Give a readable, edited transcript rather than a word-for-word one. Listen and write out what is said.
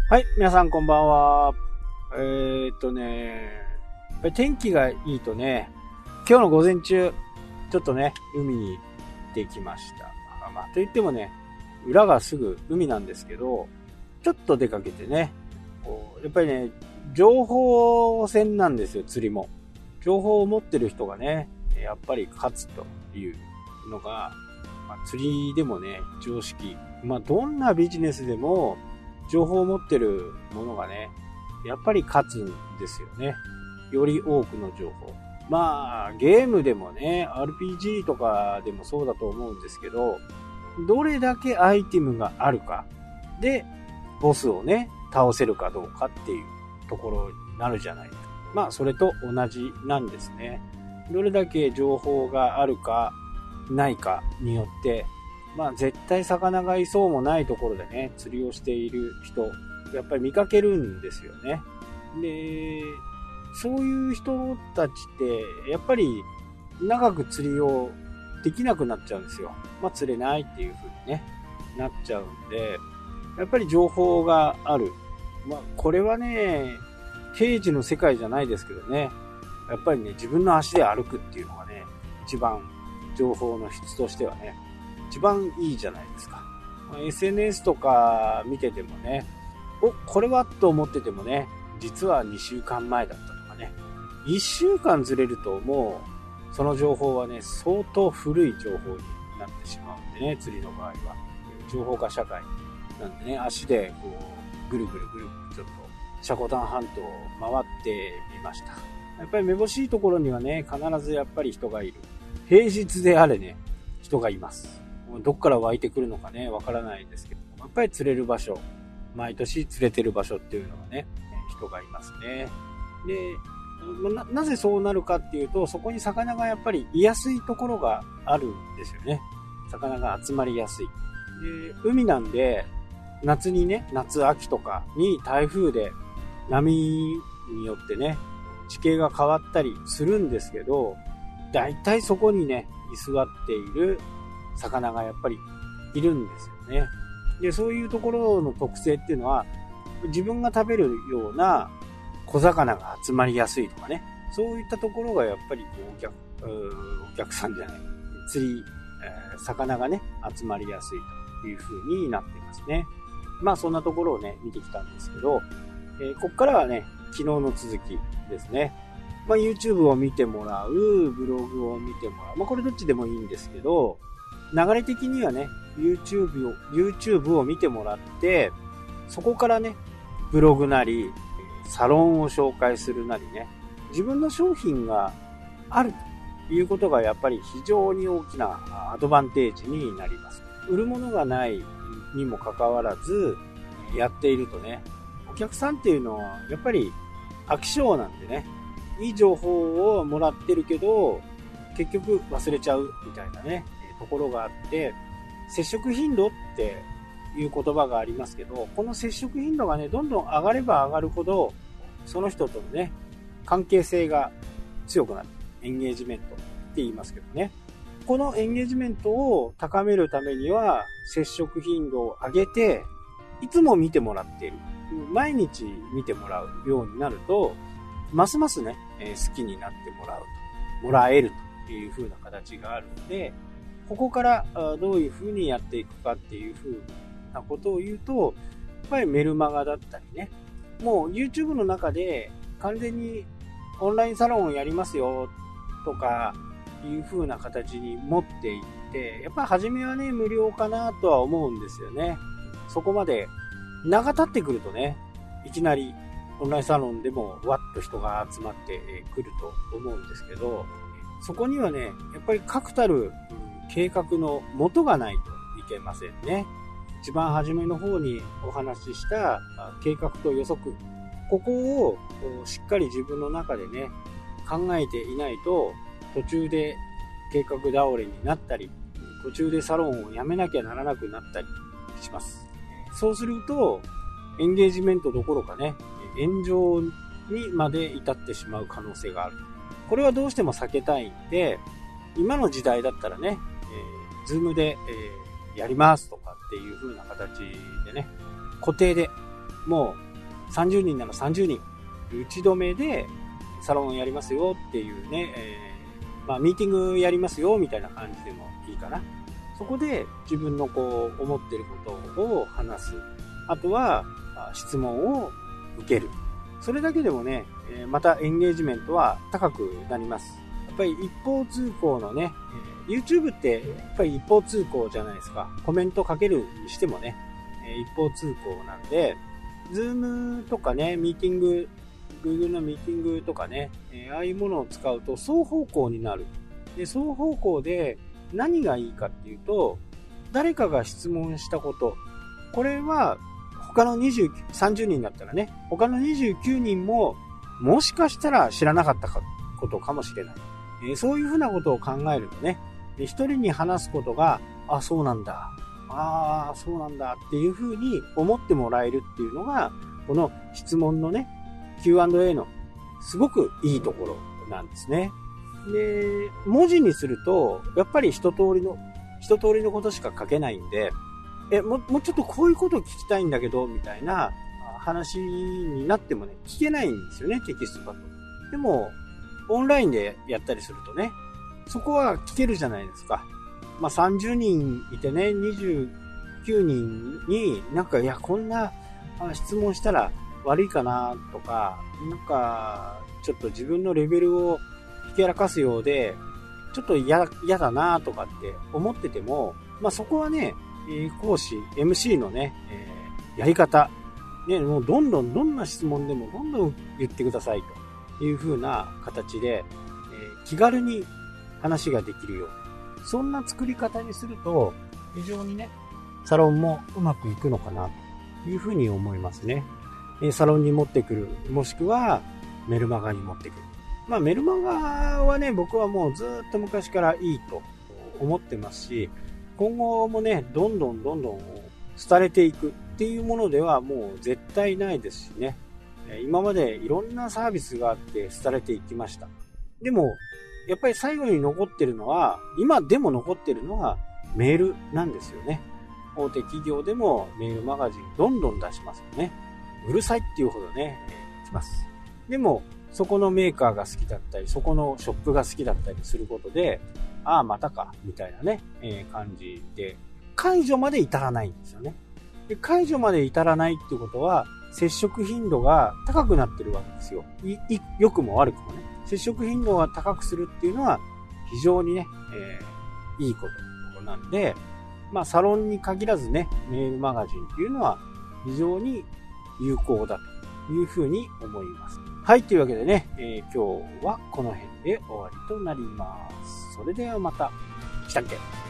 はい、皆さんこんばんは。やっぱり天気がいいとね、今日の午前中、ちょっとね、海に行ってきました。といってもね、裏がすぐ海なんですけど、ちょっと出かけてね、やっぱりね、情報戦なんですよ、釣りも。情報を持ってる人がね、やっぱり勝つというのが、釣りでもね、常識。どんなビジネスでも、情報を持ってるものがね、やっぱり勝つんですよね。より多くの情報。ゲームでもね、RPG とかでもそうだと思うんですけど、どれだけアイテムがあるかで、ボスをね、倒せるかどうかっていうところになるじゃないですか。それと同じなんですね。どれだけ情報があるか、ないかによって、絶対魚がいそうもないところでね、釣りをしている人、やっぱり見かけるんですよね。で、そういう人たちって、やっぱり長く釣りをできなくなっちゃうんですよ。釣れないっていう風にね、なっちゃうんで、やっぱり情報がある。これはね、平時の世界じゃないですけどね、やっぱりね、自分の足で歩くっていうのがね、一番情報の質としてはね、一番いいじゃないですか。SNS とか見ててもね、これはと思っててもね、実は2週間前だったとかね。1週間ずれるともう、その情報はね、相当古い情報になってしまうんでね、釣りの場合は。情報化社会なんでね、足でこう、ぐるぐるちょっと、積丹半島を回ってみました。やっぱりめぼしいところにはね、必ずやっぱり人がいる。平日であれね、人がいます。どっから湧いてくるのかね、わからないんですけど、やっぱり釣れる場所、毎年釣れてる場所っていうのはね、人がいますね。で、なぜそうなるかっていうと、そこに魚がやっぱりいやすいところがあるんですよね。魚が集まりやすい。で、海なんで、夏にね、夏秋とかに台風で波によってね、地形が変わったりするんですけど、だいたいそこにね、居座っている魚がやっぱりいるんですよね。で、そういうところの特性っていうのは、自分が食べるような小魚が集まりやすいとかね、そういったところがやっぱりお客さんじゃない、釣り、魚がね、集まりやすいという風になっていますね。そんなところをね、見てきたんですけど、こっからはね、昨日の続きですね。YouTube を見てもらう、ブログを見てもらう。これどっちでもいいんですけど、流れ的にはね、YouTube を見てもらって、そこからね、ブログなり、サロンを紹介するなりね、自分の商品があるということがやっぱり非常に大きなアドバンテージになります。売るものがないにもかかわらず、やっているとね、お客さんっていうのはやっぱり飽き性なんでね、いい情報をもらってるけど、結局忘れちゃうみたいなね、ところがあって、接触頻度っていう言葉がありますけど、この接触頻度がね、どんどん上がれば上がるほど、その人とのね、関係性が強くなる。エンゲージメントって言いますけどね。このエンゲージメントを高めるためには、接触頻度を上げて、いつも見てもらっている。毎日見てもらうようになると、ますますね、好きになってもらえるという風な形があるので、ここからどういう風にやっていくかっていう風なことを言うと、やっぱりメルマガだったりね、もう YouTube の中で完全にオンラインサロンをやりますよとかいう風な形に持っていって、やっぱり初めはね、無料かなとは思うんですよね。そこまで長経ってくるとね、いきなりオンラインサロンでもわっと人が集まってくると思うんですけど、そこにはね、やっぱり確たる計画の元がないといけませんね。一番初めの方にお話しした計画と予測、ここをしっかり自分の中でね、考えていないと、途中で計画倒れになったり、途中でサロンを辞めなきゃならなくなったりします。そうすると、エンゲージメントどころかね、炎上にまで至ってしまう可能性がある。これはどうしても避けたいんで、今の時代だったらね、Zoom で、やりますとかっていう風な形でね、固定でもう30人なら30人、打ち止めでサロンやりますよっていうね、ミーティングやりますよみたいな感じでもいいかな。そこで自分のこう思ってることを話す。あとは質問を受ける。それだけでもね、またエンゲージメントは高くなります。やっぱり一方通行のね、YouTube ってやっぱり一方通行じゃないですか。コメントかけるにしてもね、一方通行なんで、Zoom とかね、ミーティング、Google のミーティングとかね、ああいうものを使うと双方向になる。で、双方向で何がいいかっていうと、誰かが質問したこと、これは他の30人だったらね、他の29人ももしかしたら知らなかったことかもしれない。そういうふうなことを考えるとね、一人に話すことが、あ、そうなんだ。ああ、そうなんだっていうふうに思ってもらえるっていうのが、この質問のね、Q&A のすごくいいところなんですね。で、文字にすると、やっぱり一通りのことしか書けないんで、もうちょっとこういうことを聞きたいんだけど、みたいな話になってもね、聞けないんですよね、テキストだと。でも、オンラインでやったりするとね、そこは聞けるじゃないですか。30人いてね、29人になんか、いや、こんな質問したら悪いかなとか、なんか、ちょっと自分のレベルをひけらかすようで、ちょっと嫌だなとかって思ってても、そこはね、講師、MC のね、やり方、ね、もうどんな質問でもどんどん言ってくださいという風な形で、気軽に話ができるように、そんな作り方にすると、非常にね、サロンもうまくいくのかなという風に思いますね。サロンに持ってくる、もしくはメルマガに持ってくる。メルマガはね、僕はもうずっと昔からいいと思ってますし、今後もね、どんどん廃れていくっていうものではもう絶対ないですしね。今までいろんなサービスがあって廃れていきました。でも、やっぱり最後に残ってるのは、今でも残ってるのはメールなんですよね。大手企業でもメールマガジンどんどん出しますよね。うるさいっていうほどね、来ます。でも、そこのメーカーが好きだったり、そこのショップが好きだったりすることで、ああ、またか、みたいなね、感じで、解除まで至らないんですよね。で、解除まで至らないっていうことは、接触頻度が高くなってるわけですよ。良くも悪くもね。接触頻度が高くするっていうのは、非常にね、いいことなんで、サロンに限らずね、メールマガジンっていうのは、非常に有効だというふうに思います。はい、というわけでね、今日はこの辺で終わりとなります。それではまた。したっけ？